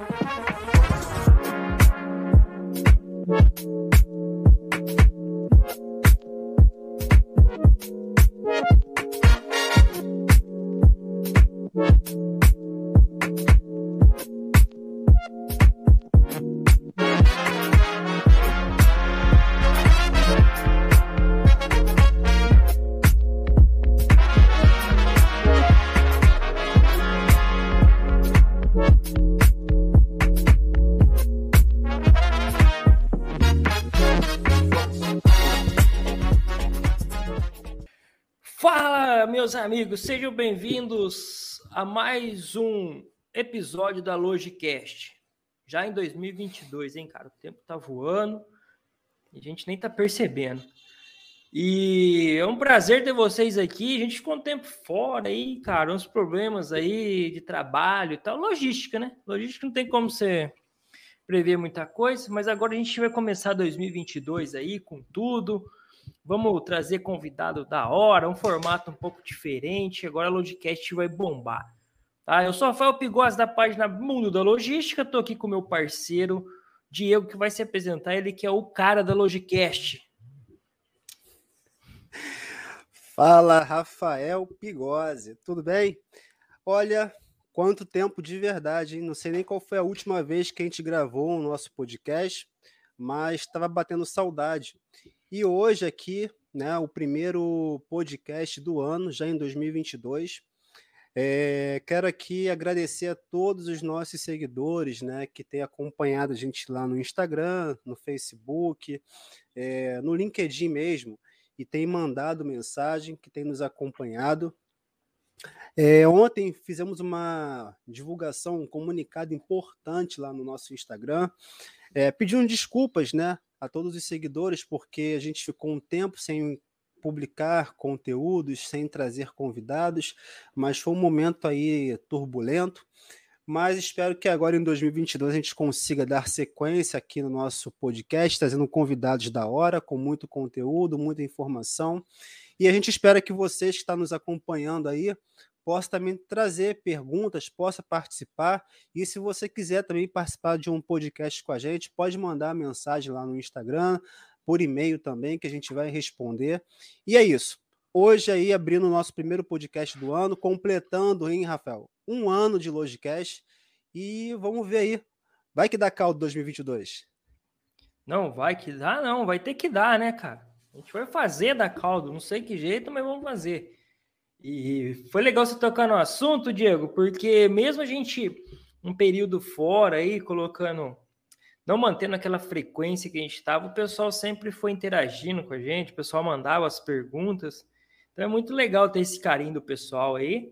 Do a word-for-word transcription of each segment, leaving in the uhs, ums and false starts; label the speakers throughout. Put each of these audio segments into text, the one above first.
Speaker 1: Fala, meus amigos, sejam bem-vindos a mais um episódio da Logicast. Já em dois mil e vinte e dois, hein, cara? O tempo tá voando e a gente nem tá percebendo. E é um prazer ter vocês aqui. A gente ficou um tempo fora aí, cara, uns problemas aí de trabalho e tal. Logística, né? Logística não tem como você prever muita coisa, mas agora a gente vai começar dois mil e vinte e dois aí com tudo. Vamos trazer convidado da hora, um formato um pouco diferente. Agora a Logicast vai bombar. Tá? Eu sou o Rafael Pigossi, da página Mundo da Logística. Estou aqui com o meu parceiro Diego, que vai se apresentar. Ele que é o cara da Logicast.
Speaker 2: Fala, Rafael Pigossi. Tudo bem? Olha, quanto tempo de verdade, hein? Não sei nem qual foi a última vez que a gente gravou o nosso podcast, mas estava batendo saudade. E hoje aqui, né, o primeiro podcast do ano, já em dois mil e vinte e dois. É, quero aqui agradecer a todos os nossos seguidores, né, que têm acompanhado a gente lá no Instagram, no Facebook, é, no LinkedIn mesmo, e têm mandado mensagem, que têm nos acompanhado. É, ontem fizemos uma divulgação, um comunicado importante lá no nosso Instagram, é, pedindo desculpas, né, a todos os seguidores, porque a gente ficou um tempo sem publicar conteúdos, sem trazer convidados, mas foi um momento aí turbulento, mas espero que agora em dois mil e vinte e dois a gente consiga dar sequência aqui no nosso podcast, trazendo convidados da hora, com muito conteúdo, muita informação, e a gente espera que vocês que estão nos acompanhando aí possa também trazer perguntas, possa participar, e se você quiser também participar de um podcast com a gente, pode mandar mensagem lá no Instagram, por e-mail também, que a gente vai responder. E é isso. Hoje aí, abrindo o nosso primeiro podcast do ano, completando, hein, Rafael? Um ano de Logicast, e vamos ver aí. Vai que dá caldo dois mil e vinte e dois.
Speaker 1: Não, vai que dá, não. Vai ter que dar, né, cara? A gente vai fazer da caldo. Não sei que jeito, mas vamos fazer. E foi legal você tocar no assunto, Diego, porque mesmo a gente um período fora aí, colocando, não mantendo aquela frequência que a gente estava, o pessoal sempre foi interagindo com a gente, o pessoal mandava as perguntas. Então é muito legal ter esse carinho do pessoal aí.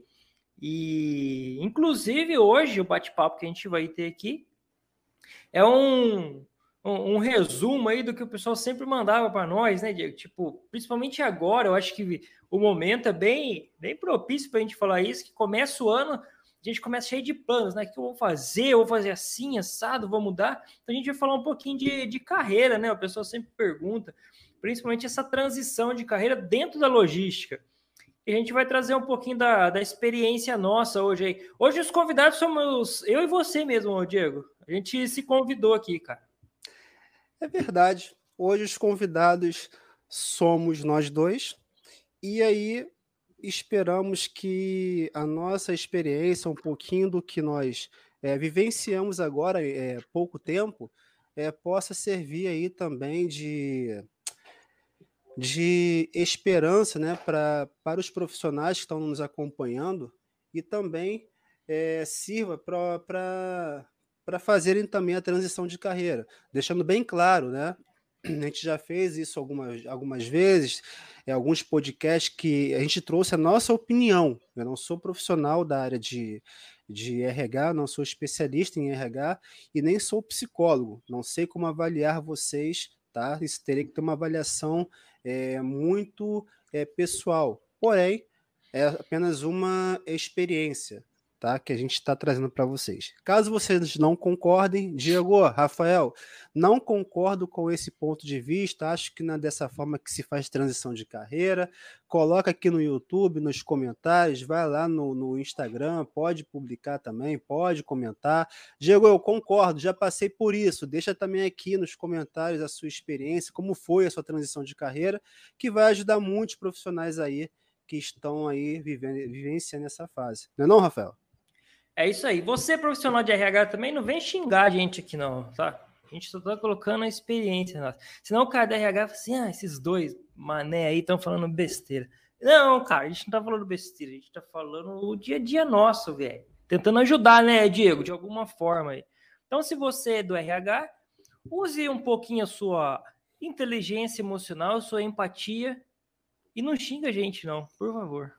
Speaker 1: E inclusive hoje o bate-papo que a gente vai ter aqui é um Um, um resumo aí do que o pessoal sempre mandava para nós, né, Diego? Tipo, principalmente agora, eu acho que o momento é bem, bem propício para a gente falar isso, que começa o ano, a gente começa cheio de planos, né? O que eu vou fazer? Eu vou fazer assim, assado, vou mudar? Então a gente vai falar um pouquinho de, de carreira, né? O pessoal sempre pergunta, principalmente essa transição de carreira dentro da logística. E a gente vai trazer um pouquinho da, da experiência nossa hoje aí. Hoje os convidados somos eu e você mesmo, Diego. A gente se convidou aqui, cara.
Speaker 2: É verdade. Hoje os convidados somos nós dois, e aí esperamos que a nossa experiência, um pouquinho do que nós é, vivenciamos agora, é, pouco tempo, é, possa servir aí também de, de esperança, né, pra, para os profissionais que estão nos acompanhando, e também é, sirva para para fazerem também a transição de carreira, deixando bem claro, né? A gente já fez isso algumas, algumas vezes, em alguns podcasts que a gente trouxe a nossa opinião. Eu não sou profissional da área de, de R H, não sou especialista em R H e nem sou psicólogo. Não sei como avaliar vocês, tá? Isso teria que ter uma avaliação é, muito é, pessoal. Porém, é apenas uma experiência. tá? Que a gente está trazendo para vocês. Caso vocês não concordem, Diego, Rafael, não concordo com esse ponto de vista, acho que não é dessa forma que se faz transição de carreira, coloca aqui no YouTube, nos comentários, vai lá no, no Instagram, pode publicar também, pode comentar. Diego, eu concordo, já passei por isso, deixa também aqui nos comentários a sua experiência, como foi a sua transição de carreira, que vai ajudar muitos profissionais aí que estão aí vivendo, vivenciando essa fase. Não é não, Rafael?
Speaker 1: É isso aí. Você, profissional de R H, também não vem xingar a gente aqui, não, tá? A gente só tá colocando a experiência nossa. Senão o cara da R H fala assim, ah, esses dois mané aí estão falando besteira. Não, cara, a gente não tá falando besteira, a gente tá falando o dia a dia nosso, velho. Tentando ajudar, né, Diego, de alguma forma aí. Então, se você é do R H, use um pouquinho a sua inteligência emocional, a sua empatia e não xinga a gente, não, por favor.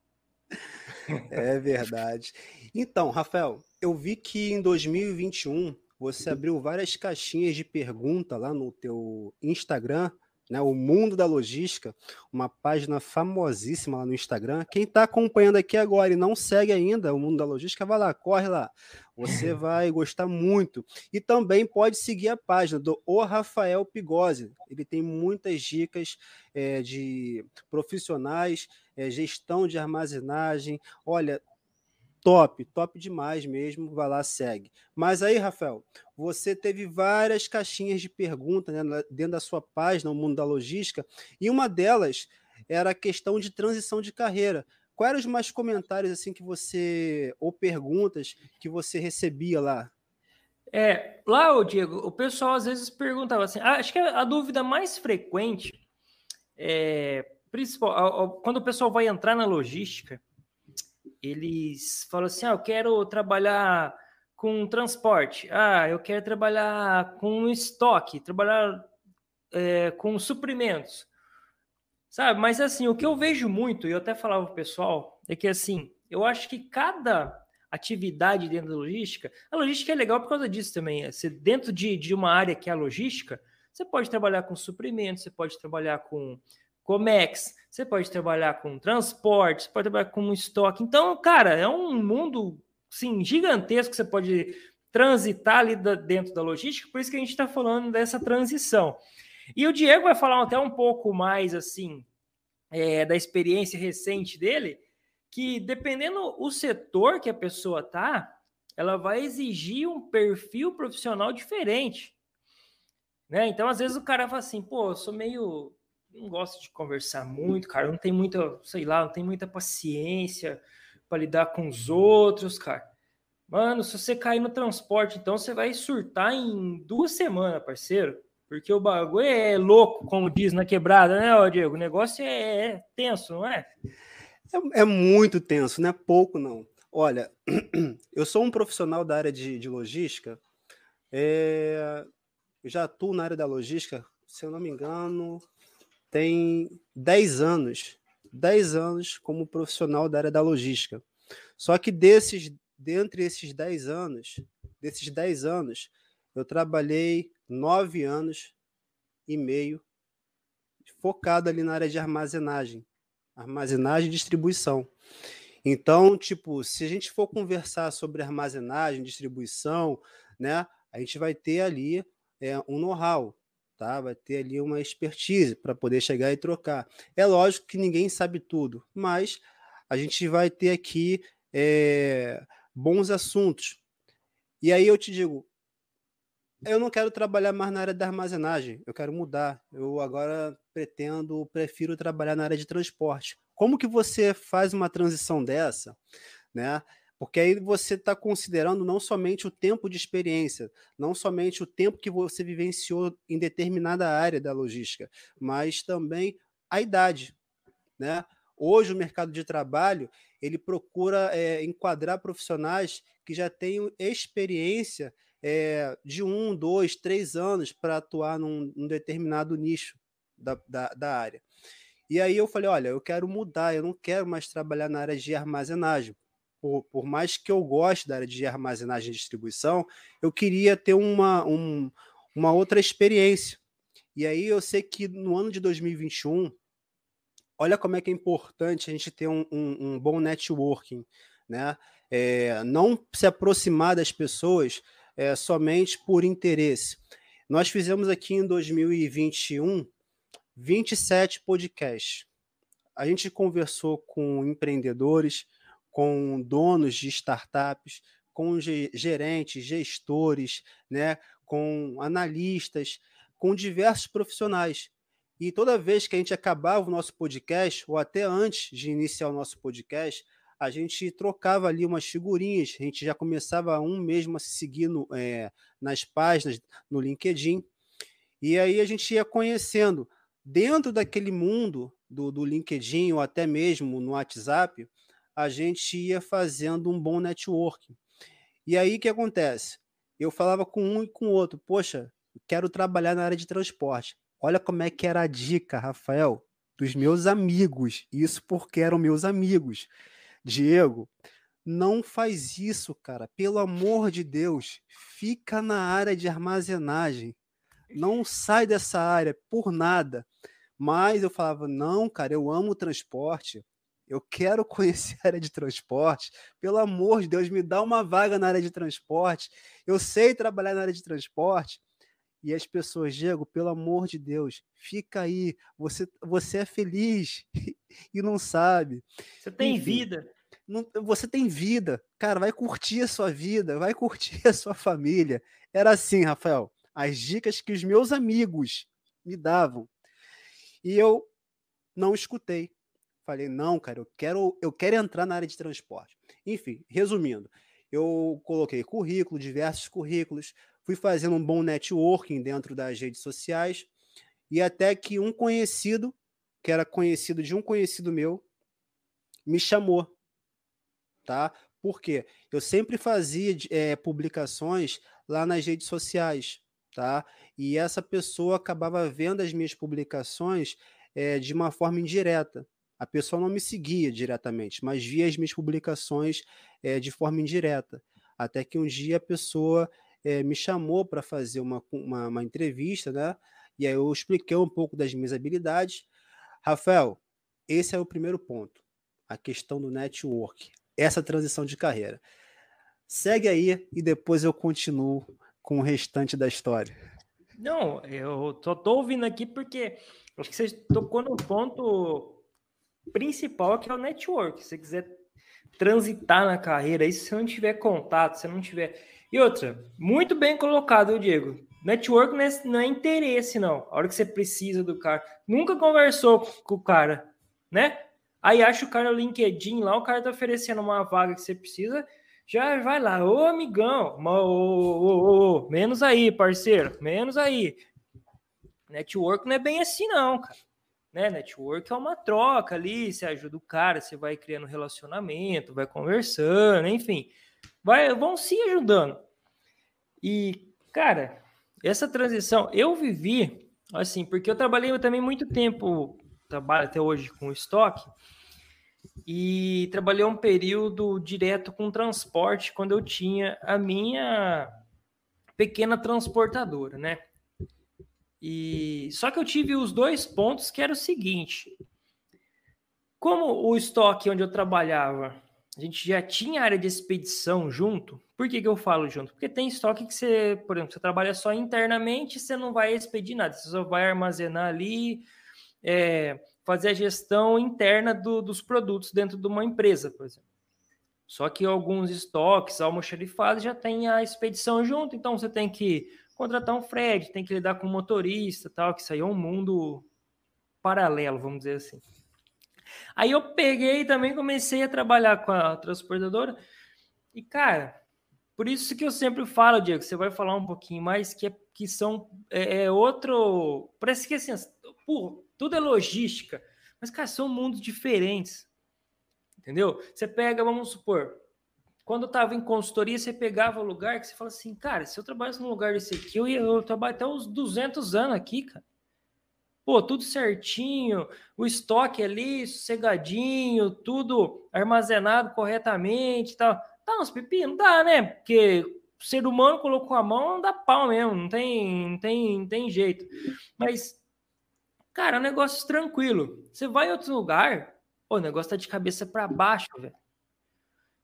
Speaker 2: É verdade. Então, Rafael, eu vi que em dois mil e vinte e um você abriu várias caixinhas de pergunta lá no teu Instagram, né, o Mundo da Logística, uma página famosíssima lá no Instagram. Quem está acompanhando aqui agora e não segue ainda o Mundo da Logística, vai lá, corre lá. Você vai gostar muito. E também pode seguir a página do O Rafael Pigozzi. Ele tem muitas dicas é, de profissionais, é, gestão de armazenagem. Olha, top, top demais mesmo, vai lá, segue. Mas aí, Rafael, você teve várias caixinhas de perguntas, né, dentro da sua página, o Mundo da Logística, e uma delas era a questão de transição de carreira. Quais eram os mais comentários assim que você, ou perguntas que você recebia lá?
Speaker 1: É, lá, ô Diego, o pessoal às vezes perguntava assim, ah, acho que a, a dúvida mais frequente é, principal, a, a, quando o pessoal vai entrar na logística, eles falam assim, ah, eu quero trabalhar com transporte, ah, eu quero trabalhar com estoque, trabalhar é, com suprimentos, sabe? Mas assim, o que eu vejo muito, e eu até falava pro pessoal, é que assim, eu acho que cada atividade dentro da logística, a logística é legal por causa disso também, é, você, dentro de, de uma área que é a logística, você pode trabalhar com suprimentos, você pode trabalhar com Comex, você pode trabalhar com transporte, você pode trabalhar com estoque. Então, cara, é um mundo sim, gigantesco que você pode transitar ali da, dentro da logística, por isso que a gente está falando dessa transição. E o Diego vai falar até um pouco mais assim é, da experiência recente dele, que dependendo o setor que a pessoa tá, ela vai exigir um perfil profissional diferente. Né? Então, às vezes o cara fala assim, pô, eu sou meio... não gosto de conversar muito, cara, não tem muita, sei lá, não tem muita paciência para lidar com os outros, cara. Mano, se você cair no transporte, então você vai surtar em duas semanas, parceiro. Porque o bagulho é louco, como diz na quebrada, né, ó, Diego? O negócio é, é tenso, não é?
Speaker 2: É, é muito tenso, não é pouco, não. Olha, eu sou um profissional da área de, de logística, é, eu já atuo na área da logística, se eu não me engano, tem dez anos. dez anos como profissional da área da logística. Só que desses, dentre esses dez anos, desses dez anos, eu trabalhei nove anos e meio focado ali na área de armazenagem. Armazenagem e distribuição. Então, tipo, se a gente for conversar sobre armazenagem, distribuição, né, a gente vai ter ali é, um know-how, tá? Vai ter ali uma expertise para poder chegar e trocar. É lógico que ninguém sabe tudo, mas a gente vai ter aqui é, bons assuntos. E aí eu te digo, eu não quero trabalhar mais na área da armazenagem, eu quero mudar. Eu agora pretendo, prefiro trabalhar na área de transporte. Como que você faz uma transição dessa, né? Porque aí você está considerando não somente o tempo de experiência, não somente o tempo que você vivenciou em determinada área da logística, mas também a idade, né? Hoje o mercado de trabalho ele procura é, enquadrar profissionais que já tenham experiência é, de um, dois, três anos para atuar num, num determinado nicho da, da, da área. E aí eu falei, olha, eu quero mudar, eu não quero mais trabalhar na área de armazenagem. Por, por mais que eu goste da área de armazenagem e distribuição, eu queria ter uma, um, uma outra experiência. E aí eu sei que no ano de dois mil e vinte e um, olha como é que é importante a gente ter um, um, um bom networking, né? É, não se aproximar das pessoas é, somente por interesse. Nós fizemos aqui em dois mil e vinte e um vinte e sete podcasts. A gente conversou com empreendedores, com donos de startups, com gerentes, gestores, né, com analistas, com diversos profissionais. E toda vez que a gente acabava o nosso podcast, ou até antes de iniciar o nosso podcast, a gente trocava ali umas figurinhas, a gente já começava um mesmo a se seguir no, é, nas páginas, no LinkedIn, e aí a gente ia conhecendo. Dentro daquele mundo do, do LinkedIn, ou até mesmo no WhatsApp, a gente ia fazendo um bom networking. E aí o que acontece? Eu falava com um e com o outro, poxa, quero trabalhar na área de transporte. Olha como é que era a dica, Rafael, dos meus amigos. Isso porque eram meus amigos. Diego, não faz isso, cara. Pelo amor de Deus, fica na área de armazenagem. Não sai dessa área por nada. Mas eu falava, não, cara, eu amo o transporte. Eu quero conhecer a área de transporte. Pelo amor de Deus, me dá uma vaga na área de transporte. Eu sei trabalhar na área de transporte. E as pessoas, Diego, pelo amor de Deus, fica aí. Você, você é feliz e não sabe.
Speaker 1: Você tem
Speaker 2: Enfim,
Speaker 1: vida.
Speaker 2: não, você tem vida. Cara, vai curtir a sua vida, vai curtir a sua família. Era assim, Rafael, as dicas que os meus amigos me davam. E eu não escutei. Falei, não, cara, eu quero, eu quero entrar na área de transporte. Enfim, resumindo, eu coloquei currículo, diversos currículos, fui fazendo um bom networking dentro das redes sociais, e até que um conhecido, que era conhecido de um conhecido meu, me chamou, tá? Por quê? Eu sempre fazia é, publicações lá nas redes sociais, tá? E essa pessoa acabava vendo as minhas publicações é, de uma forma indireta. A pessoa não me seguia diretamente, mas via as minhas publicações é, de forma indireta. Até que um dia a pessoa é, me chamou para fazer uma, uma, uma entrevista, né? E aí eu expliquei um pouco das minhas habilidades. Rafael, esse é o primeiro ponto, a questão do network, essa transição de carreira. Segue aí e depois eu continuo com o restante da história.
Speaker 1: Não, eu só tô ouvindo aqui porque acho que você tocou no ponto principal, que é o network. Se você quiser transitar na carreira, aí se você não tiver contato, se não tiver... E outra, muito bem colocado, Diego. Network não é, não é interesse, não. A hora que você precisa do cara. Nunca conversou com o cara, né? Aí acha o cara no LinkedIn lá, o cara tá oferecendo uma vaga que você precisa, já vai lá, ô amigão, ô, ô, ô, ô, menos aí, parceiro, menos aí. Network não é bem assim, não, cara. Né? Network é uma troca ali, você ajuda o cara, você vai criando relacionamento, vai conversando, enfim, vai, vão se ajudando. E, cara, essa transição eu vivi assim, porque eu trabalhei também muito tempo, trabalho até hoje com estoque, e trabalhei um período direto com transporte quando eu tinha a minha pequena transportadora, né? E só que eu tive os dois pontos, que era o seguinte: como o estoque onde eu trabalhava, a gente já tinha área de expedição junto. Por que que eu falo junto? Porque tem estoque que você, por exemplo, você trabalha só internamente, você não vai expedir nada, você só vai armazenar ali, é, fazer a gestão interna do, dos produtos dentro de uma empresa, por exemplo. Só que alguns estoques, almoxarifados, já tem a expedição junto, então você tem que contratar um frete, tem que lidar com o motorista, tal, que isso aí é um mundo paralelo, vamos dizer assim. Aí eu peguei e também comecei a trabalhar com a transportadora. E, cara, por isso que eu sempre falo, Diego, você vai falar um pouquinho mais, que, é, que são é, é outro... Parece que assim, pô, tudo é logística. Mas, cara, são mundos diferentes. Entendeu? Você pega, vamos supor, quando eu tava em consultoria, você pegava o lugar que você fala assim, cara, se eu trabalhasse num lugar desse aqui, eu ia eu trabalho até uns duzentos anos aqui, cara. Pô, tudo certinho, o estoque ali, sossegadinho, tudo armazenado corretamente e tal. Tá uns pepinos? Dá, né? Porque o ser humano colocou a mão, não dá pau mesmo, não tem, não tem, não tem jeito. Mas, cara, é um negócio tranquilo. Você vai em outro lugar, pô, o negócio tá de cabeça para baixo, velho.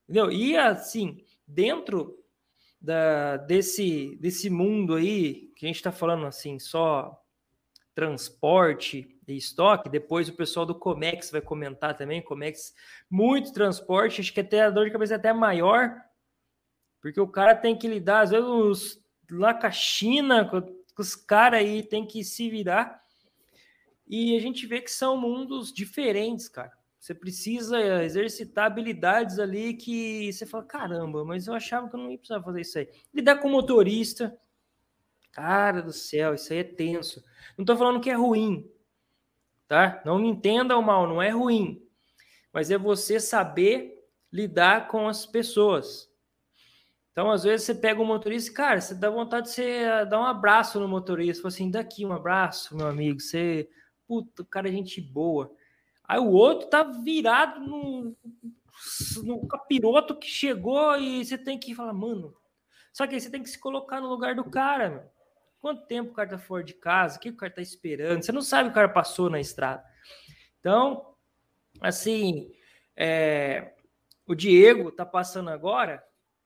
Speaker 1: Entendeu? E assim, dentro da, desse, desse mundo aí, que a gente está falando assim, só transporte e estoque, depois o pessoal do Comex vai comentar também, Comex, muito transporte, acho que até a dor de cabeça é até maior, porque o cara tem que lidar, às vezes, os, lá com a China, com, com os caras aí, tem que se virar, e a gente vê que são mundos diferentes, cara. Você precisa exercitar habilidades ali que você fala, caramba, mas eu achava que eu não ia precisar fazer isso aí. Lidar com motorista, cara do céu, isso aí é tenso. Não tô falando que é ruim, tá? Não me entendam mal, não é ruim. Mas é você saber lidar com as pessoas. Então, às vezes, você pega um motorista e, cara, você dá vontade de você dar um abraço no motorista. Fala assim, daqui um abraço, meu amigo. Você, puta, o cara é gente boa. Aí o outro tá virado no, no capiroto que chegou e você tem que falar, mano. Só que aí você tem que se colocar no lugar do cara, meu. Quanto tempo o cara tá fora de casa? O que o cara tá esperando? Você não sabe o que o cara passou na estrada. Então, assim, é, o Diego tá passando agora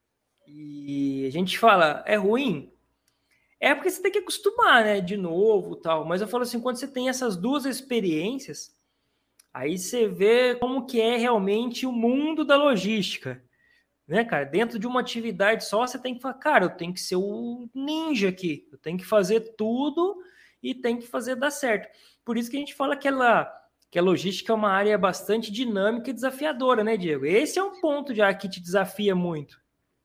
Speaker 1: e a gente fala, é ruim? É porque você tem que acostumar, né? De novo tal. Mas eu falo assim, quando você tem essas duas experiências, aí você vê como que é realmente o mundo da logística. Né, cara? Dentro de uma atividade só, você tem que falar, cara, eu tenho que ser o ninja aqui. Eu tenho que fazer tudo e tem que fazer dar certo. Por isso que a gente fala que, ela, que a logística é uma área bastante dinâmica e desafiadora, né, Diego? Esse é um ponto já que te desafia muito.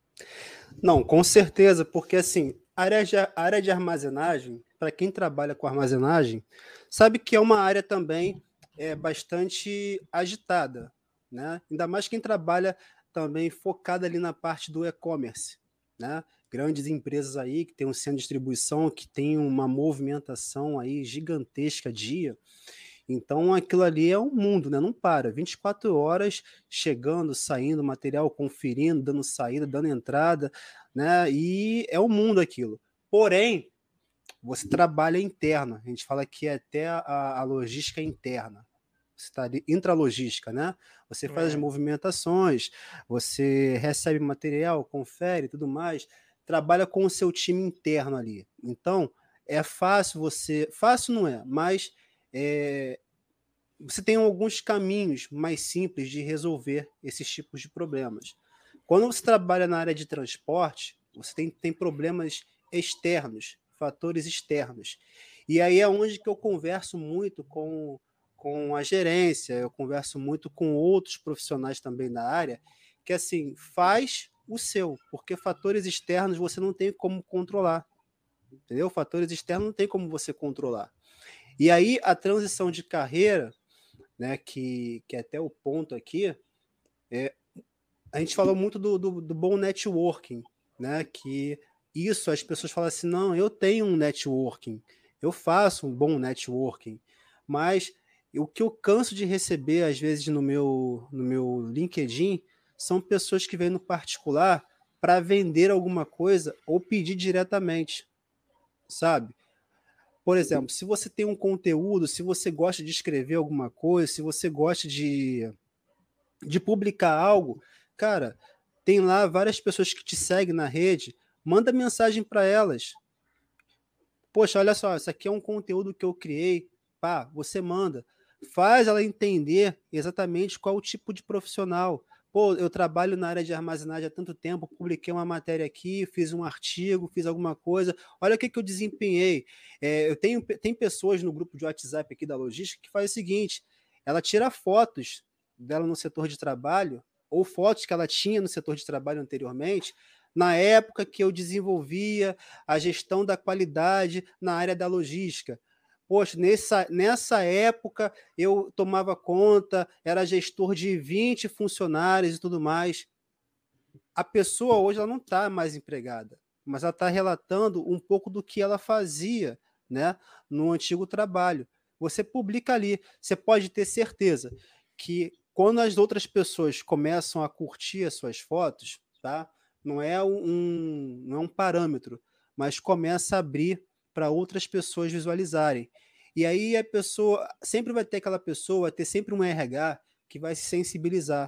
Speaker 2: Não, com certeza, porque assim, área de, área de armazenagem, para quem trabalha com armazenagem, sabe que é uma área também é, bastante agitada, né? Ainda mais quem trabalha também focada ali na parte do e-commerce, né? Grandes empresas aí que tem um centro de distribuição, que tem uma movimentação aí gigantesca dia. Então aquilo ali é um mundo, né? Não para. vinte e quatro horas chegando, saindo, material conferindo, dando saída, dando entrada, né? E é um mundo aquilo. Porém, você trabalha interno. A gente fala que é até a, a logística interna. Você está ali, intralogística, né? Você faz as
Speaker 1: É.
Speaker 2: movimentações, você recebe material, confere e tudo mais, trabalha com o seu time interno ali. Então, é fácil você. Fácil não é, mas é, você tem alguns caminhos mais simples de resolver esses tipos de problemas. Quando você trabalha na área de transporte, você tem, tem problemas externos, fatores externos. E aí é onde que eu converso muito com, com a gerência, eu converso muito com outros profissionais também da área, que assim, faz o seu, porque fatores externos você não tem como controlar. Entendeu? Fatores externos não tem como você controlar. E aí a transição de carreira, né, que, que é até o ponto aqui, é, a gente falou muito do, do, do bom networking, né, que isso as pessoas falam assim, não, eu tenho um networking, eu faço um bom networking, mas o que eu canso de receber às vezes no meu, no meu LinkedIn são pessoas que vêm no particular para vender alguma coisa ou pedir diretamente, sabe? Por exemplo, se você tem um conteúdo, se você gosta de escrever alguma coisa, se você gosta de, de publicar algo, cara, tem lá várias pessoas que te seguem na rede, manda mensagem para elas. Poxa, olha só, isso aqui é um conteúdo que eu criei, pá, você manda. Faz ela entender exatamente qual o tipo de profissional. Pô, eu trabalho na área de armazenagem há tanto tempo, publiquei uma matéria aqui, fiz um artigo, fiz alguma coisa, olha o que, que eu desempenhei. É, eu tenho tem pessoas no grupo de WhatsApp aqui da logística que faz o seguinte, ela tira fotos dela no setor de trabalho, ou fotos que ela tinha no setor de trabalho anteriormente, na época que eu desenvolvia a gestão da qualidade na área da logística. Poxa, nessa, nessa época eu tomava conta, era gestor de vinte funcionários e tudo mais. A pessoa hoje ela não está mais empregada, mas ela está relatando um pouco do que ela fazia, né, no antigo trabalho. Você publica ali, você pode ter certeza que quando as outras pessoas começam a curtir as suas fotos, tá? Não é um, não é um parâmetro, mas começa a abrir para outras pessoas visualizarem. E aí a pessoa sempre vai ter aquela pessoa, vai ter sempre um R H que vai se sensibilizar.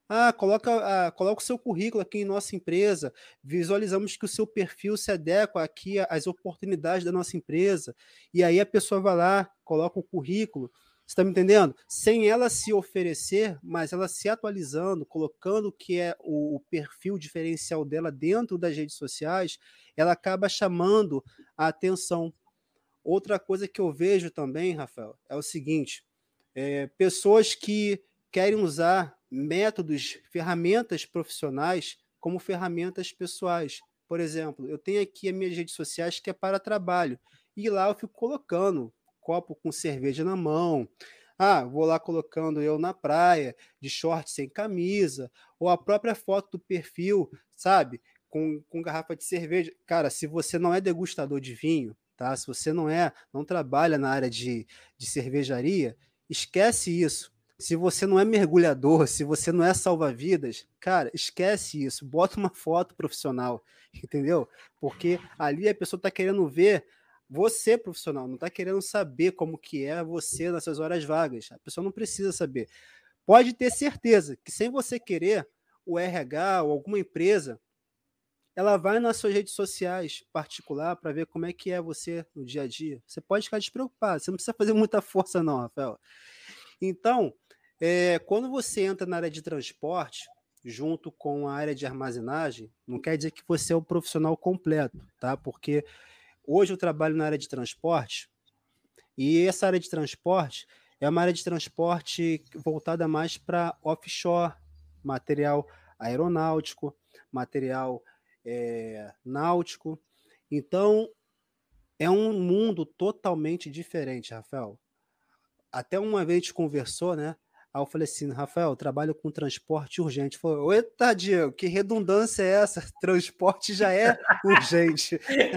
Speaker 2: Ah, coloca, ah, coloca o seu currículo aqui em nossa empresa, visualizamos que o seu perfil se adequa aqui às oportunidades da nossa empresa, e aí a pessoa vai lá, coloca o currículo, você está me entendendo? Sem ela se oferecer, mas ela se atualizando, colocando o que é o, o perfil diferencial dela dentro das redes sociais, ela acaba chamando a atenção. Outra coisa que eu vejo também, Rafael, é o seguinte: é, pessoas que querem usar métodos, ferramentas profissionais como ferramentas pessoais. Por exemplo, eu tenho aqui as minhas redes sociais que é para trabalho, e lá eu fico colocando copo com cerveja na mão. Ah, vou lá colocando eu na praia, de short sem camisa, ou a própria foto do perfil, sabe? Com, com garrafa de cerveja. Cara, se você não é degustador de vinho, tá? Se você não é, não trabalha na área de, de cervejaria, esquece isso. Se você não é mergulhador, se você não é salva-vidas, cara, esquece isso. Bota uma foto profissional, entendeu? Porque ali a pessoa está querendo ver você profissional, não está querendo saber como que é você nas suas horas vagas. A pessoa não precisa saber. Pode ter certeza que sem você querer, o R H ou alguma empresa, ela vai nas suas redes sociais particular para ver como é que é você no dia a dia. Você pode ficar despreocupado, você não precisa fazer muita força não, Rafael. Então, é, quando você entra na área de transporte, junto com a área de armazenagem, não quer dizer que você é o profissional completo, tá? Porque hoje eu trabalho na área de transporte e essa área de transporte é uma área de transporte voltada mais para offshore, material aeronáutico, material é, náutico. Então, é um mundo totalmente diferente, Rafael. Até uma vez a gente conversou, né? Aí eu falei assim, Rafael, eu trabalho com transporte urgente. Falou, eita, Diego, que redundância é essa? Transporte já é urgente.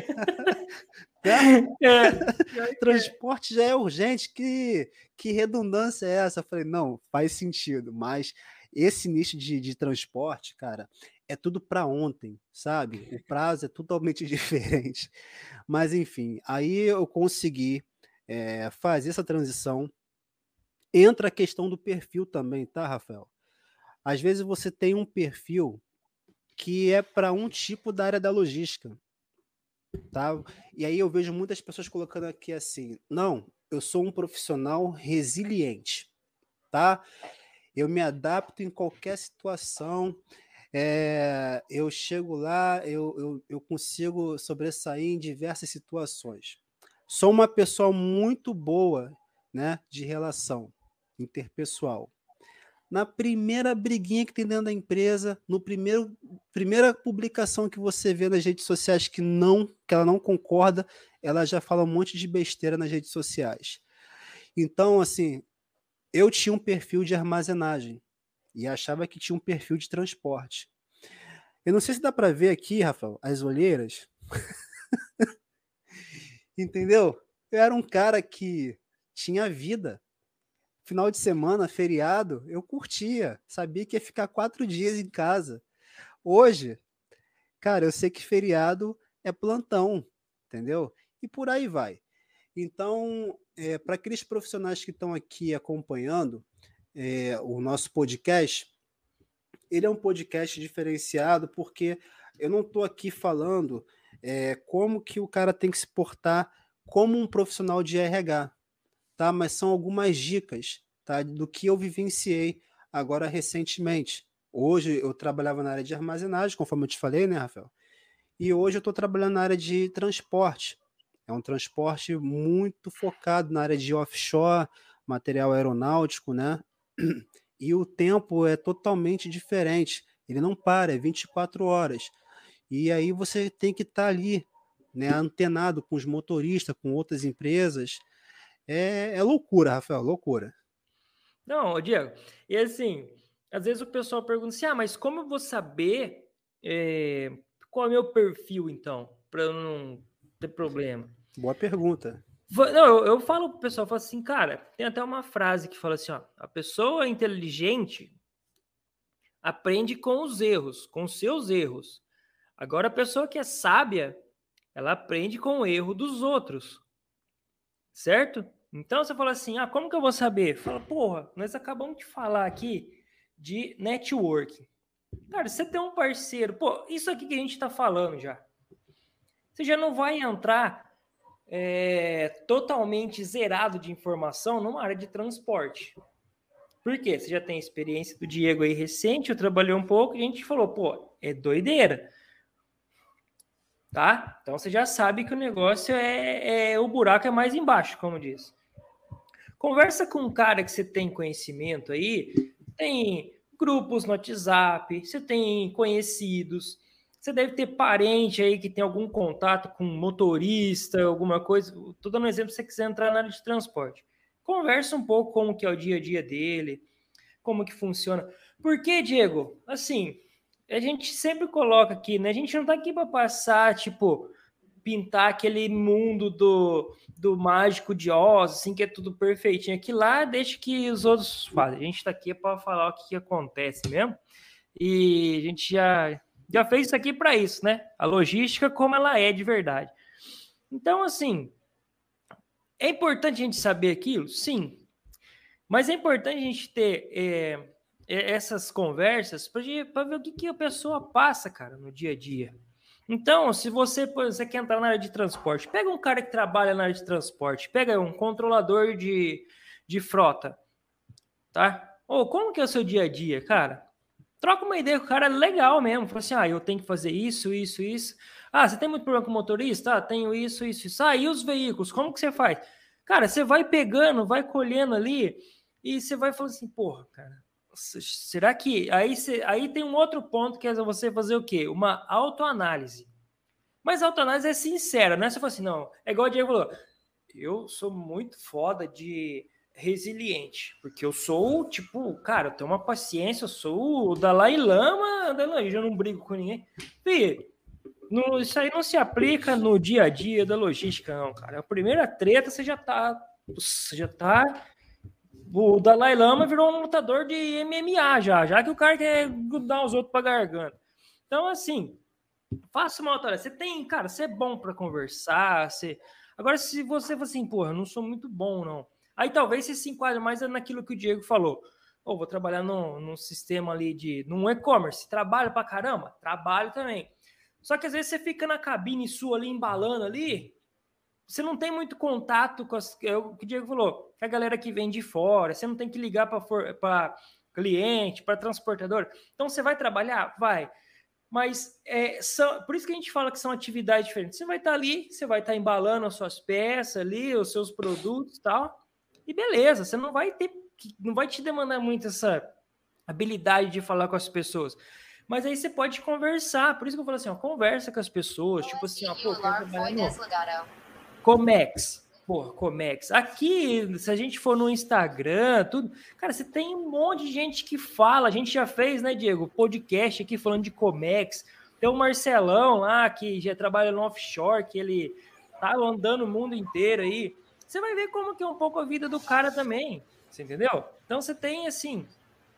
Speaker 2: Né?
Speaker 1: É,
Speaker 2: Transporte já é urgente, que, que redundância é essa? Eu falei, não, faz sentido, mas esse nicho de, de transporte, cara, é tudo para ontem, sabe? O prazo é totalmente diferente. Mas, enfim, aí eu consegui é, fazer essa transição. Entra a questão do perfil também, tá, Rafael? Às vezes você tem um perfil que é para um tipo da área da logística, tá? E aí eu vejo muitas pessoas colocando aqui assim: não, eu sou um profissional resiliente, tá? Eu me adapto em qualquer situação, é, eu chego lá, eu, eu, eu consigo sobressair em diversas situações. Sou uma pessoa muito boa, né, de relação interpessoal. Na primeira briguinha que tem dentro da empresa, no primeiro primeira publicação que você vê nas redes sociais que não, que ela não concorda, ela já fala um monte de besteira nas redes sociais. Então, assim, eu tinha um perfil de armazenagem e achava que tinha um perfil de transporte. Eu não sei se dá para ver aqui, Rafael, as olheiras. Entendeu? Eu era um cara que tinha vida. Final de semana, feriado, eu curtia. Sabia que ia ficar quatro dias em casa. Hoje, cara, eu sei que feriado é plantão, entendeu? E por aí vai. Então, é, para aqueles profissionais que estão aqui acompanhando é, o nosso podcast, ele é um podcast diferenciado porque eu não estou aqui falando é, como que o cara tem que se portar como um profissional de R H, tá? Mas são algumas dicas, tá? Do que eu vivenciei agora recentemente. Hoje eu trabalhava na área de armazenagem, conforme eu te falei, né, Rafael? E hoje eu estou trabalhando na área de transporte. É um transporte muito focado na área de offshore, material aeronáutico, né? E o tempo é totalmente diferente. Ele não para, é vinte e quatro horas. E aí você tem que estar tá ali, né, antenado com os motoristas, com outras empresas. É, é loucura, Rafael, loucura.
Speaker 1: Não, ô Diego, e assim, às vezes o pessoal pergunta assim, ah, mas como eu vou saber é, qual é o meu perfil, então, para eu não ter problema?
Speaker 2: Boa pergunta.
Speaker 1: Não, eu, eu falo pro pessoal, eu falo assim, cara, tem até uma frase que fala assim, ó, a pessoa inteligente aprende com os erros, com os seus erros. Agora, a pessoa que é sábia, ela aprende com o erro dos outros, certo? Então, você fala assim, ah, como que eu vou saber? Fala, porra, nós acabamos de falar aqui de networking. Cara, você tem um parceiro, pô, isso aqui que a gente está falando já. Você já não vai entrar é, totalmente zerado de informação numa área de transporte. Por quê? Você já tem a experiência do Diego aí recente, eu trabalhei um pouco e a gente falou, pô, é doideira. Tá? Então você já sabe que o negócio é, é o buraco é mais embaixo, como diz. Conversa com um cara que você tem conhecimento aí, tem grupos no WhatsApp, você tem conhecidos, você deve ter parente aí que tem algum contato com motorista, alguma coisa. Estou dando um exemplo se você quiser entrar na área de transporte. Conversa um pouco como que é o dia a dia dele, como que funciona. Por que, Diego? Assim, a gente sempre coloca aqui, né? A gente não está aqui para passar, tipo, pintar aquele mundo do, do mágico de Oz, assim, que é tudo perfeitinho. Aqui lá, deixa que os outros fazem. A gente está aqui para falar o que, que acontece mesmo. E a gente já, já fez isso aqui para isso, né? A logística como ela é de verdade. Então, assim, é importante a gente saber aquilo? Sim. Mas é importante a gente ter é, essas conversas para ver o que, que a pessoa passa, cara, no dia a dia. Então, se você, você quer entrar na área de transporte, pega um cara que trabalha na área de transporte, pega um controlador de, de frota, tá? Ou como que é o seu dia a dia, cara? Troca uma ideia com o cara legal mesmo. Fala assim, ah, eu tenho que fazer isso, isso, isso. Ah, você tem muito problema com o motorista? Ah, tenho isso, isso, isso. Ah, e os veículos? Como que você faz? Cara, você vai pegando, vai colhendo ali e você vai falando assim, porra, cara, será que... Aí, você... Aí tem um outro ponto que é você fazer o quê? Uma autoanálise. Mas a autoanálise é sincera, não é? Você fala assim, não, é igual o Diego falou, eu sou muito foda de resiliente, porque eu sou, tipo, cara, eu tenho uma paciência, eu sou o Dalai Lama, eu não brigo com ninguém. Fih, no, isso aí não se aplica no dia a dia da logística, não, cara. A primeira treta, você já tá, você já tá, o Dalai Lama virou um lutador de M M A já, já que o cara quer grudar os outros pra garganta. Então, assim, faça uma autoria. Você tem, cara, você é bom para conversar, você... Agora, se você fala assim, porra, eu não sou muito bom, não. Aí talvez você se enquadre mais naquilo que o Diego falou. Oh, vou trabalhar num, num sistema ali de... num e-commerce. Trabalho pra caramba? Trabalho também. Só que às vezes você fica na cabine sua ali, embalando ali, você não tem muito contato com as, é o que o Diego falou, com a galera que vem de fora, você não tem que ligar para cliente, para transportador. Então, você vai trabalhar? Vai. Mas é, são, por isso que a gente fala que são atividades diferentes. Você vai estar ali, você vai estar embalando as suas peças ali, os seus produtos e tal, e beleza, você não vai ter, não vai te demandar muito essa habilidade de falar com as pessoas. Mas aí você pode conversar, por isso que eu falo assim, ó, conversa com as pessoas, tipo assim, ó, pô, quero trabalhar no Comex. Porra, Comex. Aqui, se a gente for no Instagram, tudo... Cara, você tem um monte de gente que fala. A gente já fez, né, Diego? Podcast aqui falando de Comex. Tem o Marcelão lá, que já trabalha no offshore, que ele tá andando o mundo inteiro aí. Você vai ver como que é um pouco a vida do cara também. Você entendeu? Então, você tem, assim...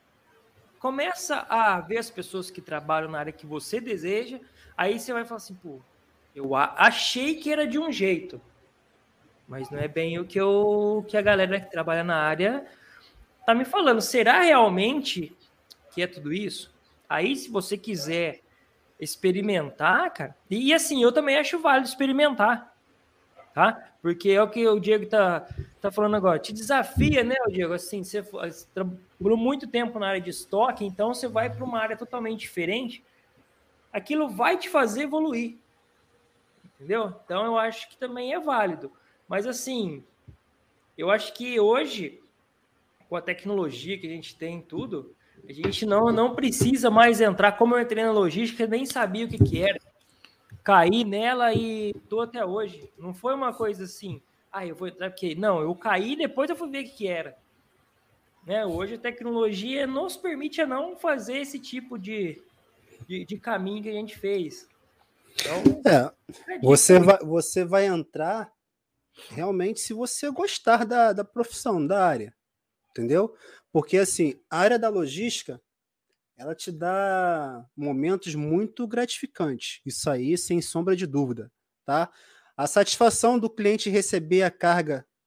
Speaker 1: Começa a ver as pessoas que trabalham na área que você deseja. Aí você vai falar assim, pô, eu achei que era de um jeito. Mas não é bem o que, eu, que a galera que trabalha na área tá me falando. Será realmente que é tudo isso? Aí, se você quiser experimentar, cara... E, assim, eu também acho válido experimentar, tá? Porque é o que o Diego tá, tá falando agora. Te desafia, né, Diego? Assim, você, você trabalhou muito tempo na área de estoque, então você vai para uma área totalmente diferente. Aquilo vai te fazer evoluir. Entendeu? Então, eu acho que também é válido. Mas, assim, eu acho que hoje, com a tecnologia que a gente tem tudo, a gente não, não precisa mais entrar. Como eu entrei na logística, nem sabia o que, que era. Caí nela e tô até hoje. Não foi uma coisa assim, ah, eu vou entrar porque... Não, eu caí e depois eu fui ver o que, que era. Né? Hoje a tecnologia nos permite a não fazer esse tipo de, de, de caminho que a gente fez. Então,
Speaker 2: é, você, vai, você vai entrar... realmente se você gostar da, da profissão, da área, entendeu? Porque, assim, a área da logística, ela te dá momentos muito gratificantes, isso aí, sem sombra de dúvida, tá? A satisfação do cliente receber a carga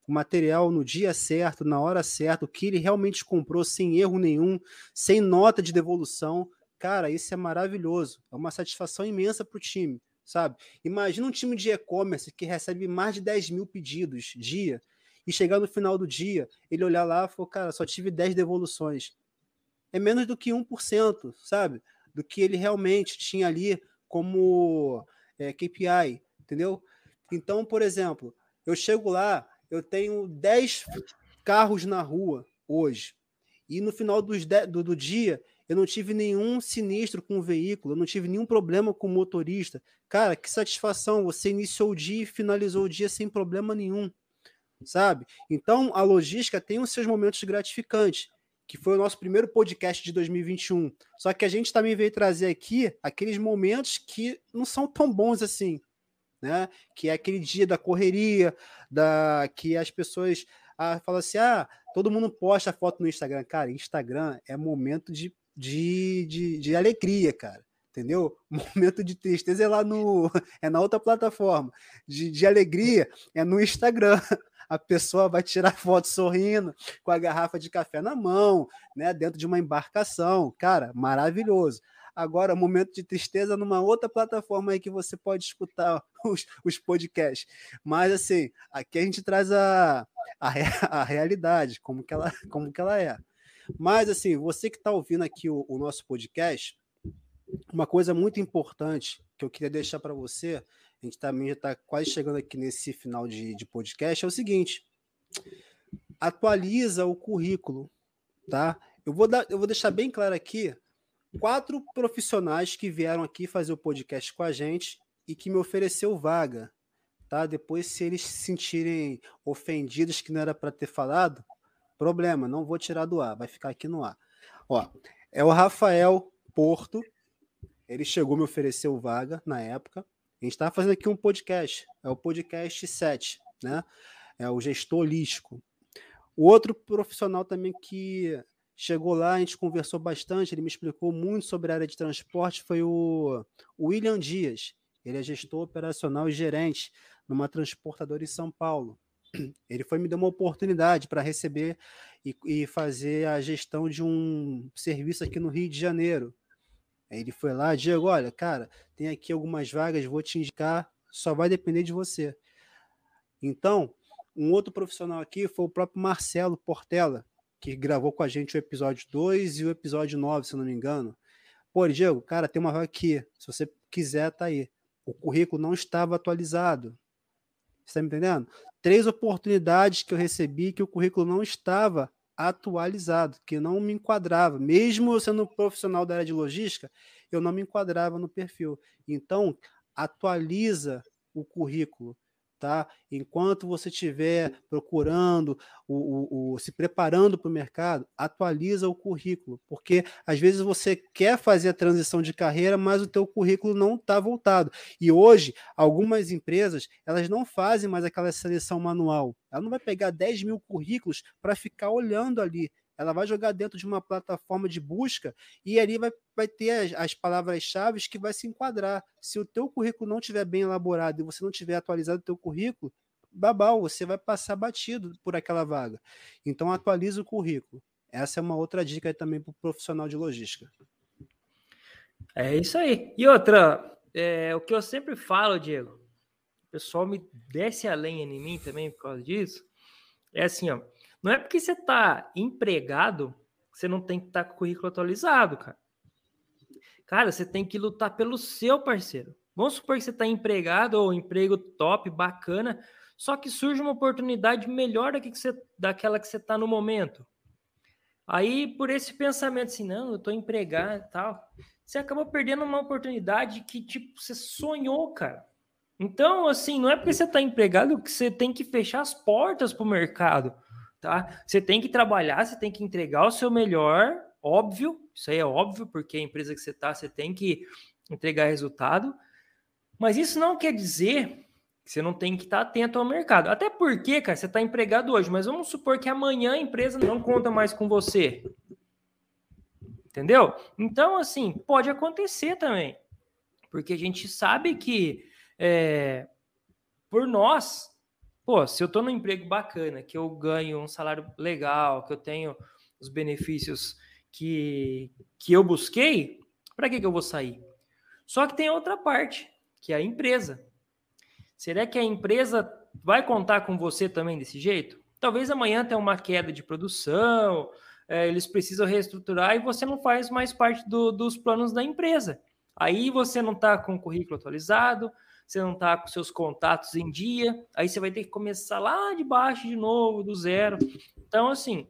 Speaker 2: o material no dia certo, na hora certa, o que ele realmente comprou sem erro nenhum, sem nota de devolução, cara, isso é maravilhoso. É uma satisfação imensa para o time, sabe? Imagina um time de e-commerce que recebe mais de dez mil pedidos dia e chegar no final do dia, ele olhar lá e falar, cara, só tive dez devoluções. É menos do que um por cento, sabe? Do que ele realmente tinha ali como é, K P I, entendeu? Então, por exemplo, eu chego lá, eu tenho dez carros na rua hoje, e no final dos de, do, do dia, eu não tive nenhum sinistro com o veículo, eu não tive nenhum problema com o motorista. Cara, que satisfação, você iniciou o dia e finalizou o dia sem problema nenhum, sabe? Então, a logística tem os seus momentos gratificantes, que foi o nosso primeiro podcast de dois mil e vinte e um. Só que a gente também veio trazer aqui aqueles momentos que não são tão bons assim, né? Que é aquele dia da correria, da que as pessoas ah, falam assim, ah, todo mundo posta foto no Instagram. Cara, Instagram é momento de, de, de, de alegria, cara. Entendeu? Momento de tristeza é lá no... é na outra plataforma. De, de alegria é no Instagram. A pessoa vai tirar foto sorrindo, com a garrafa de café na mão, né, dentro de uma embarcação. Cara, maravilhoso. Agora, momento de tristeza numa outra plataforma aí que você pode escutar os, os podcasts. Mas, assim, aqui a gente traz a, a, a realidade, como que, ela, como que ela é. Mas, assim, você que está ouvindo aqui o, o nosso podcast, uma coisa muito importante que eu queria deixar para você, a gente também já está quase chegando aqui nesse final de, de podcast, é o seguinte, atualiza o currículo, tá? Eu vou, dar, eu vou deixar bem claro aqui, quatro profissionais que vieram aqui fazer o podcast com a gente e que me ofereceu vaga, tá? Depois, se eles se sentirem ofendidos que não era para ter falado, problema, não vou tirar do ar, vai ficar aqui no ar. Ó, é o Rafael Porto, ele chegou, me ofereceu vaga na época. A gente estava fazendo aqui um podcast, é o podcast sete, né? É o gestor holístico. O outro profissional também que chegou lá, a gente conversou bastante, ele me explicou muito sobre a área de transporte, foi o William Dias. Ele é gestor operacional e gerente numa transportadora em São Paulo. Ele foi me dar uma oportunidade para receber e, e fazer a gestão de um serviço aqui no Rio de Janeiro. Aí ele foi lá, Diego, olha, cara, tem aqui algumas vagas, vou te indicar, só vai depender de você. Então, um outro profissional aqui foi o próprio Marcelo Portela, que gravou com a gente o episódio dois e o episódio nove, se eu não me engano. Pô, Diego, cara, tem uma vaga aqui, se você quiser, tá aí. O currículo não estava atualizado. Você tá me entendendo? Três oportunidades que eu recebi que o currículo não estava atualizado, que não me enquadrava. Mesmo eu sendo profissional da área de logística, eu não me enquadrava no perfil. Então, atualiza o currículo, tá? Enquanto você estiver procurando, o, o, o, se preparando para o mercado, atualiza o currículo, porque às vezes você quer fazer a transição de carreira, mas o teu currículo não está voltado. E hoje, algumas empresas, elas não fazem mais aquela seleção manual. Ela não vai pegar dez mil currículos para ficar olhando ali. Ela vai jogar dentro de uma plataforma de busca e ali vai, vai ter as, as palavras-chave que vai se enquadrar. Se o teu currículo não estiver bem elaborado e você não tiver atualizado o teu currículo, babau, você vai passar batido por aquela vaga. Então, atualiza o currículo. Essa é uma outra dica também para o profissional de logística.
Speaker 1: É isso aí. E outra, é, o que eu sempre falo, Diego, o pessoal me desce a lenha em mim também por causa disso, é assim, ó, não é porque você está empregado que você não tem que estar com o currículo atualizado, cara. Cara, você tem que lutar pelo seu parceiro. Vamos supor que você está empregado ou emprego top, bacana, só que surge uma oportunidade melhor que você, daquela que você está no momento. Aí, por esse pensamento assim, não, eu estou empregado e tal, você acaba perdendo uma oportunidade que, tipo, você sonhou, cara. Então, assim, não é porque você está empregado que você tem que fechar as portas para o mercado, tá? Você tem que trabalhar, você tem que entregar o seu melhor, óbvio, isso aí é óbvio, porque a empresa que você está, você tem que entregar resultado, mas isso não quer dizer que você não tem que estar atento ao mercado. Até porque, cara, você está empregado hoje, mas vamos supor que amanhã a empresa não conta mais com você. Entendeu? Então, assim, pode acontecer também, porque a gente sabe que É, por nós, Pô, se eu tô num emprego bacana, que eu ganho um salário legal, que eu tenho os benefícios que, que eu busquei, para que que eu vou sair? Só que tem outra parte, que é a empresa. Será que a empresa vai contar com você também desse jeito? Talvez amanhã tenha uma queda de produção, é, eles precisam reestruturar e você não faz mais parte do, dos planos da empresa. Aí você não está com o currículo atualizado, você não está com seus contatos em dia, aí você vai ter que começar lá de baixo de novo, do zero. Então, assim,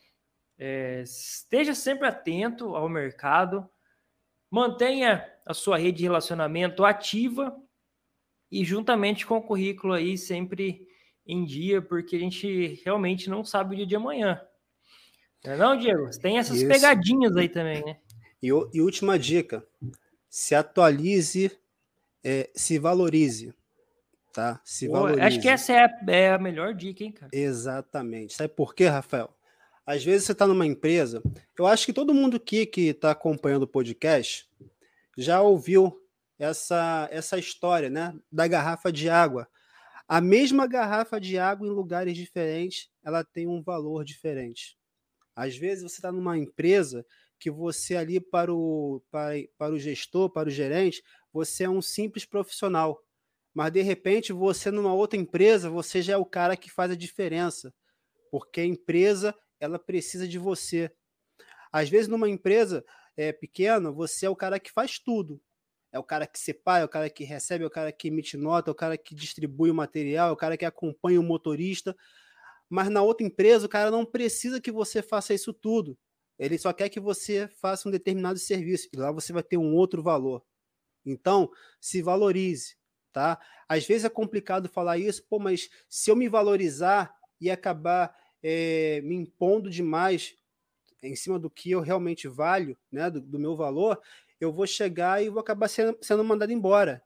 Speaker 1: é, esteja sempre atento ao mercado, mantenha a sua rede de relacionamento ativa e juntamente com o currículo aí sempre em dia, porque a gente realmente não sabe o dia de amanhã. Não é não, Diego? Tem essas
Speaker 2: Isso.
Speaker 1: pegadinhas aí também, né?
Speaker 2: E, e última dica, se atualize, é, se valorize, tá? Se
Speaker 1: Pô, acho que
Speaker 2: valorize.
Speaker 1: essa é a, é a melhor dica, hein, cara?
Speaker 2: Exatamente. Sabe por quê, Rafael? Às vezes você está numa empresa, eu acho que todo mundo aqui que está acompanhando o podcast já ouviu essa, essa história, né? Da garrafa de água. A mesma garrafa de água em lugares diferentes, ela tem um valor diferente. Às vezes você está numa empresa que você ali para o, para, para o gestor, para o gerente, você é um simples profissional. Mas de repente você numa outra empresa, você já é o cara que faz a diferença, porque a empresa ela precisa de você. Às vezes numa empresa é, pequena, você é o cara que faz tudo. É o cara que separa, é o cara que recebe, é o cara que emite nota, é o cara que distribui o material, é o cara que acompanha o motorista. Mas na outra empresa, o cara não precisa que você faça isso tudo. Ele só quer que você faça um determinado serviço. E lá você vai ter um outro valor. Então, se valorize, tá? Às vezes é complicado falar isso, pô, mas se eu me valorizar e acabar é, me impondo demais em cima do que eu realmente valho, né, do, do meu valor, eu vou chegar e vou acabar sendo, sendo mandado embora.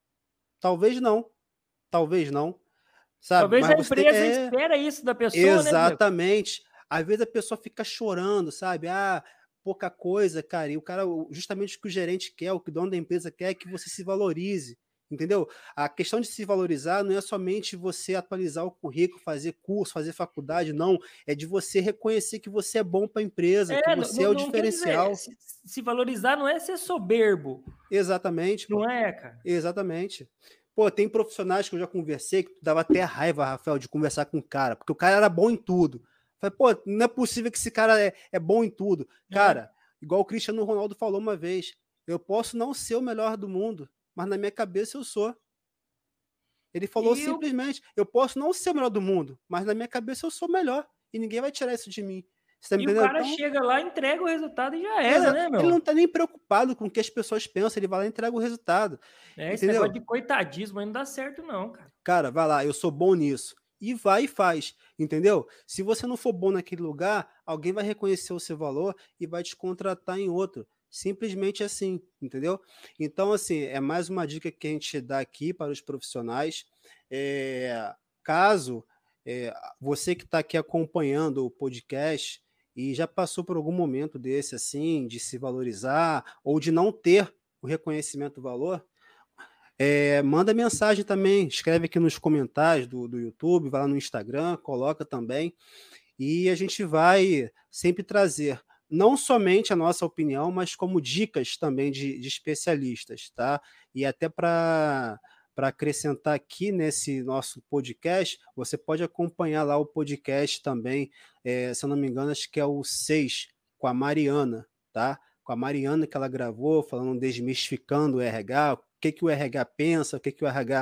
Speaker 2: Talvez não, talvez não, sabe?
Speaker 1: Talvez a
Speaker 2: Mas você tem,
Speaker 1: empresa
Speaker 2: é,
Speaker 1: espera isso da pessoa, né, Diego?
Speaker 2: exatamente. Às vezes a pessoa fica chorando, sabe? Ah, pouca coisa, cara. E o cara, justamente o que o gerente quer, o que o dono da empresa quer é que você se valorize, entendeu? A questão de se valorizar não é somente você atualizar o currículo, fazer curso, fazer faculdade, não. É de você reconhecer que você é bom para a empresa, que
Speaker 1: É,
Speaker 2: você
Speaker 1: não,
Speaker 2: é o
Speaker 1: não quer dizer,
Speaker 2: diferencial.
Speaker 1: se, se valorizar não é ser soberbo,
Speaker 2: Exatamente, pô.
Speaker 1: não é, cara?
Speaker 2: Exatamente. Pô, tem profissionais que eu já conversei que dava até raiva, Rafael, de conversar com o cara, porque o cara era bom em tudo. Falei, pô, não é possível que esse cara é, é bom em tudo.
Speaker 1: É.
Speaker 2: Cara, igual o Cristiano Ronaldo falou uma vez, eu posso não ser o melhor do mundo, mas na minha cabeça eu sou. Ele falou
Speaker 1: E o
Speaker 2: simplesmente, eu posso não ser o melhor do mundo, mas na minha cabeça eu sou o melhor. E ninguém vai tirar isso de mim. Você tá me
Speaker 1: E o
Speaker 2: entendendo?
Speaker 1: cara
Speaker 2: Então,
Speaker 1: chega lá, entrega o resultado e já era,
Speaker 2: exa-
Speaker 1: né,
Speaker 2: ele não
Speaker 1: meu?
Speaker 2: está nem preocupado com o que as pessoas pensam, ele vai lá e entrega o resultado.
Speaker 1: É, esse negócio
Speaker 2: Entendeu?
Speaker 1: de coitadismo aí não dá certo, não, cara.
Speaker 2: Cara, vai lá, eu sou bom nisso. E vai e faz, entendeu? Se você não for bom naquele lugar, alguém vai reconhecer o seu valor e vai te contratar em outro. Simplesmente assim, entendeu? Então, assim, é mais uma dica que a gente dá aqui para os profissionais. É, caso é, você que está aqui acompanhando o podcast e já passou por algum momento desse, assim, de se valorizar ou de não ter o reconhecimento do valor, é, manda mensagem também, escreve aqui nos comentários do, do YouTube, vai lá no Instagram, coloca também, e a gente vai sempre trazer não somente a nossa opinião, mas como dicas também de, de especialistas, tá? E até para para acrescentar aqui nesse nosso podcast, você pode acompanhar lá o podcast também, é, se eu não me engano, acho que é o seis, com a Mariana, tá? Com a Mariana que ela gravou, falando, desmistificando o R H, o que, que o R H pensa, o que, que o R H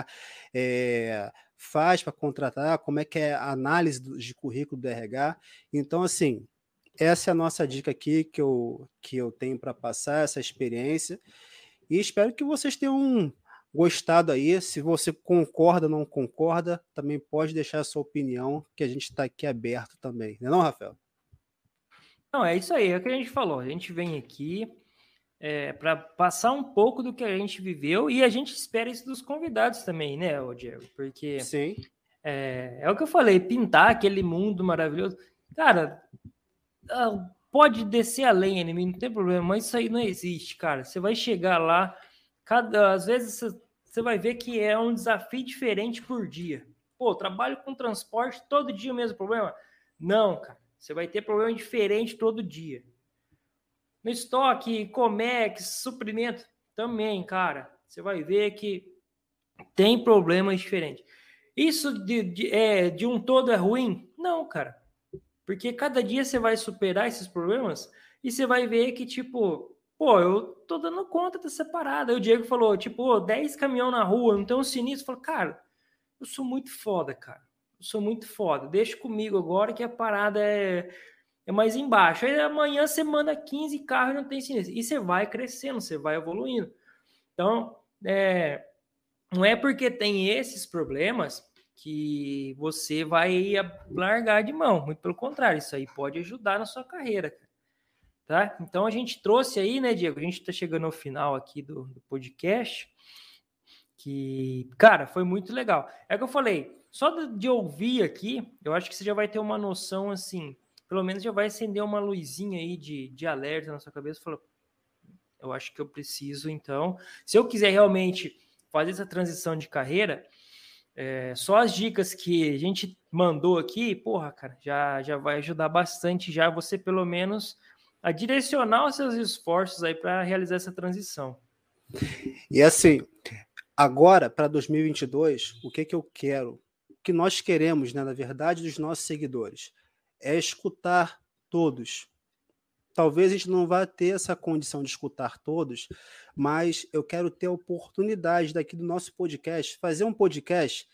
Speaker 2: é, faz para contratar, como é que é a análise do, de currículo do R H. Então, assim, essa é a nossa dica aqui que eu, que eu tenho para passar, essa experiência, e espero que vocês tenham gostado aí. Se você concorda ou não concorda, também pode deixar a sua opinião, que a gente está aqui aberto também. Não é não, Rafael?
Speaker 1: Não, é isso aí, é o que a gente falou. A gente vem aqui é, para passar um pouco do que a gente viveu e a gente espera isso dos convidados também, né, ô Diego? Porque
Speaker 2: Sim.
Speaker 1: é, é o que eu falei, pintar aquele mundo maravilhoso. Cara, ah, pode descer a lenha em mim, não tem problema, mas isso aí não existe, cara. Você vai chegar lá, cada, às vezes você, você vai ver que é um desafio diferente por dia. Pô, trabalho com transporte, todo dia o mesmo problema? Não, cara. Você vai ter problema diferente todo dia. No estoque, Comex, suprimento, também, cara. Você vai ver que tem problemas diferentes. Isso de, de, é, de um todo é ruim? Não, cara. Porque cada dia você vai superar esses problemas e você vai ver que, tipo, pô, eu tô dando conta dessa parada. Aí o Diego falou, tipo, dez caminhão na rua, não tem um sinistro. Eu falo, cara, eu sou muito foda, cara. Eu sou muito foda. Deixa comigo agora que a parada é, é mais embaixo. Aí amanhã você manda quinze carros e não tem sinistro. E você vai crescendo, você vai evoluindo. Então, é, não é porque tem esses problemas que você vai largar de mão. Muito pelo contrário, isso aí pode ajudar na sua carreira, tá? Então a gente trouxe aí, né, Diego? A gente está chegando ao final aqui do, do podcast, que, cara, foi muito legal. É que eu falei, só de, de ouvir aqui, eu acho que você já vai ter uma noção, assim, pelo menos já vai acender uma luzinha aí de, de alerta na sua cabeça, falou, eu acho que eu preciso, então, se eu quiser realmente fazer essa transição de carreira, é, só as dicas que a gente mandou aqui, porra, cara, já, já vai ajudar bastante já você, pelo menos, a direcionar os seus esforços aí para realizar essa transição.
Speaker 2: E assim, agora, para dois mil e vinte e dois, o que, que eu quero, o que nós queremos, né, na verdade, dos nossos seguidores, é escutar todos. Talvez a gente não vá ter essa condição de escutar todos, mas eu quero ter a oportunidade daqui do nosso podcast, fazer um podcast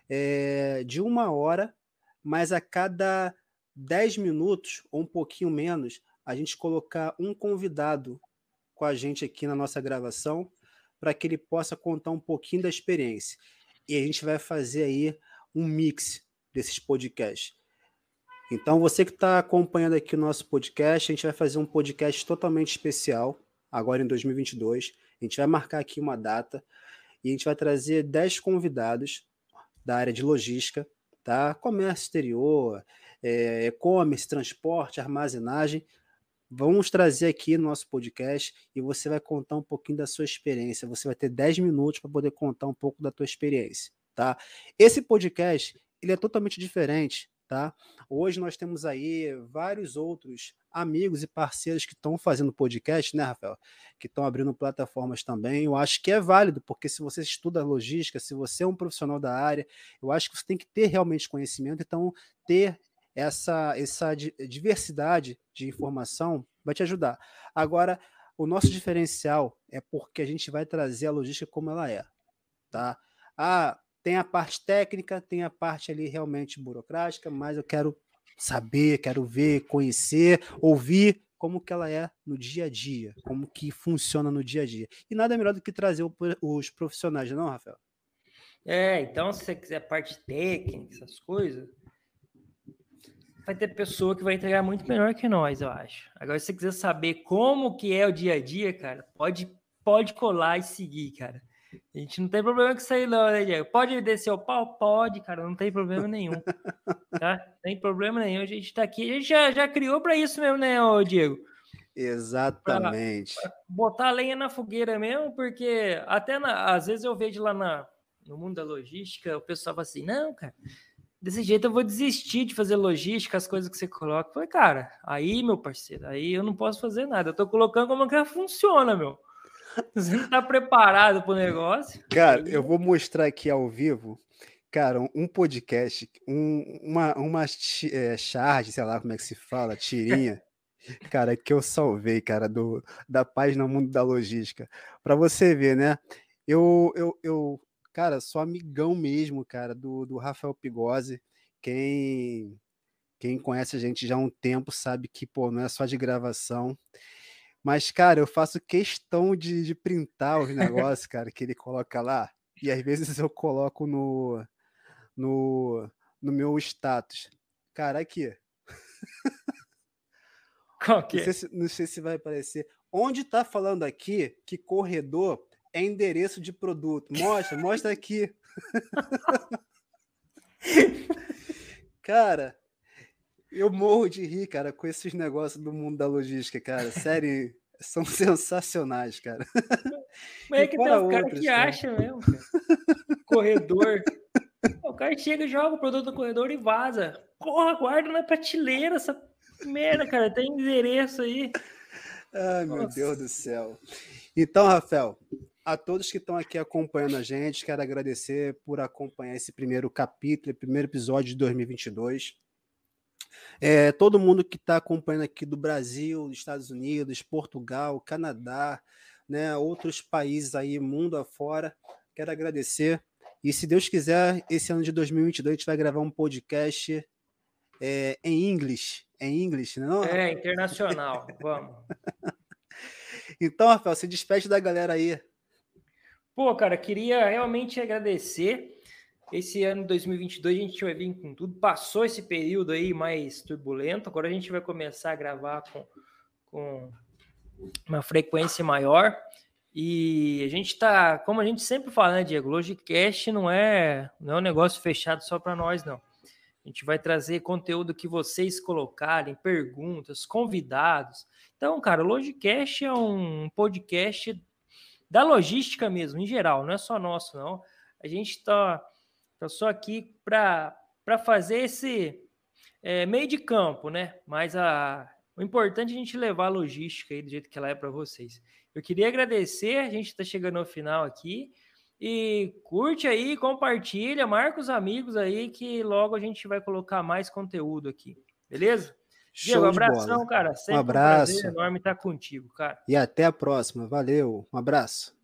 Speaker 2: é, de uma hora, mas a cada dez minutos, ou um pouquinho menos, a gente colocar um convidado com a gente aqui na nossa gravação, para que ele possa contar um pouquinho da experiência. E a gente vai fazer aí um mix desses podcasts. Então, você que está acompanhando aqui o nosso podcast, a gente vai fazer um podcast totalmente especial, agora em dois mil e vinte e dois. A gente vai marcar aqui uma data e a gente vai trazer dez convidados da área de logística, tá? Comércio exterior, é, e-commerce, transporte, armazenagem. Vamos trazer aqui no nosso podcast e você vai contar um pouquinho da sua experiência. Você vai ter dez minutos para poder contar um pouco da tua experiência, tá? Esse podcast, ele é totalmente diferente, tá? Hoje nós temos aí vários outros amigos e parceiros que estão fazendo podcast, né, Rafael? Que estão abrindo plataformas também. Eu acho que é válido, porque se você estuda logística, se você é um profissional da área, eu acho que você tem que ter realmente conhecimento, então ter essa, essa diversidade de informação vai te ajudar. Agora, o nosso diferencial é porque a gente vai trazer a logística como ela é, tá? Ah, tem a parte técnica, tem a parte ali realmente burocrática, mas eu quero saber, quero ver, conhecer, ouvir como que ela é no dia a dia, como que funciona no dia a dia. E nada melhor do que trazer o, os profissionais, não, Rafael?
Speaker 1: É, então se você quiser parte técnica, essas coisas, vai ter pessoa que vai entregar muito melhor que nós, eu acho. Agora, se você quiser saber como que é o dia a dia, cara, pode, pode colar e seguir, cara. A gente não tem problema com isso aí não, né, Diego? Pode descer o pau? Pode, cara, não tem problema nenhum. Tá? Não tem problema nenhum, a gente tá aqui, a gente já, já criou para isso mesmo, né, ô Diego?
Speaker 2: Exatamente.
Speaker 1: Pra, pra botar a lenha na fogueira mesmo, porque até na, às vezes eu vejo lá na, no mundo da logística, o pessoal fala assim, não, cara, desse jeito eu vou desistir de fazer logística, as coisas que você coloca. Eu falei, cara, aí, meu parceiro, aí eu não posso fazer nada. Eu tô colocando como que ela funciona, meu. Você não tá preparado pro negócio?
Speaker 2: Cara,
Speaker 1: aí...
Speaker 2: eu vou mostrar aqui ao vivo, cara, um podcast, um, uma, uma é, charge, sei lá como é que se fala, tirinha, cara, que eu salvei, cara, do, da página Mundo da Logística. Para você ver, né? Eu, eu, eu, cara, sou amigão mesmo, cara, do, do Rafael Pigozzi. Quem, quem conhece a gente já há um tempo sabe que, pô, não é só de gravação. Mas, cara, eu faço questão de, de printar os negócios, cara, que ele coloca lá. E às vezes eu coloco no, no, no meu status. Cara, aqui.
Speaker 1: Qual que
Speaker 2: Não sei
Speaker 1: é?
Speaker 2: se, não sei se vai aparecer. Onde tá falando aqui que corredor é endereço de produto? Mostra, mostra aqui. Cara, eu morro de rir, cara, com esses negócios do mundo da logística, cara. Sério, são sensacionais, cara.
Speaker 1: Mas
Speaker 2: E
Speaker 1: é que tem
Speaker 2: fora
Speaker 1: os caras
Speaker 2: outros,
Speaker 1: que
Speaker 2: cara.
Speaker 1: acham mesmo, cara. Corredor. O cara chega, joga o produto no corredor e vaza. Porra, guarda na prateleira essa merda, cara. Tem endereço aí.
Speaker 2: Ai, meu
Speaker 1: Nossa.
Speaker 2: Deus do céu. Então, Rafael, a todos que estão aqui acompanhando a gente, quero agradecer por acompanhar esse primeiro capítulo, primeiro episódio de dois mil e vinte e dois. É, todo mundo que está acompanhando aqui do Brasil, dos Estados Unidos, Portugal, Canadá, né, outros países aí, mundo afora, quero agradecer. E se Deus quiser, esse ano de dois mil e vinte e dois a gente vai gravar um podcast é, em inglês. Em inglês, não é?
Speaker 1: É, internacional. Vamos.
Speaker 2: Então, Rafael, se despede da galera aí.
Speaker 1: Pô, cara, queria realmente agradecer. Esse ano de dois mil e vinte e dois a gente vai vir com tudo. Passou esse período aí mais turbulento. Agora a gente vai começar a gravar com, com uma frequência maior. E a gente tá, como a gente sempre fala, né, Diego? Logicast não é, não é um negócio fechado só para nós, não. A gente vai trazer conteúdo que vocês colocarem, perguntas, convidados. Então, cara, o Logicast é um podcast da logística mesmo, em geral, não é só nosso, não. A gente está tá só aqui para fazer esse é, meio de campo, né? Mas a, o importante é a gente levar a logística aí do jeito que ela é para vocês. Eu queria agradecer, a gente está chegando ao final aqui. E curte aí, compartilha, marca os amigos aí que logo a gente vai colocar mais conteúdo aqui, beleza? Diego,
Speaker 2: Show de
Speaker 1: abração,
Speaker 2: bola.
Speaker 1: cara.
Speaker 2: Um
Speaker 1: Sempre um prazer
Speaker 2: abraço.
Speaker 1: enorme estar contigo, cara.
Speaker 2: E até a próxima. Valeu. Um abraço.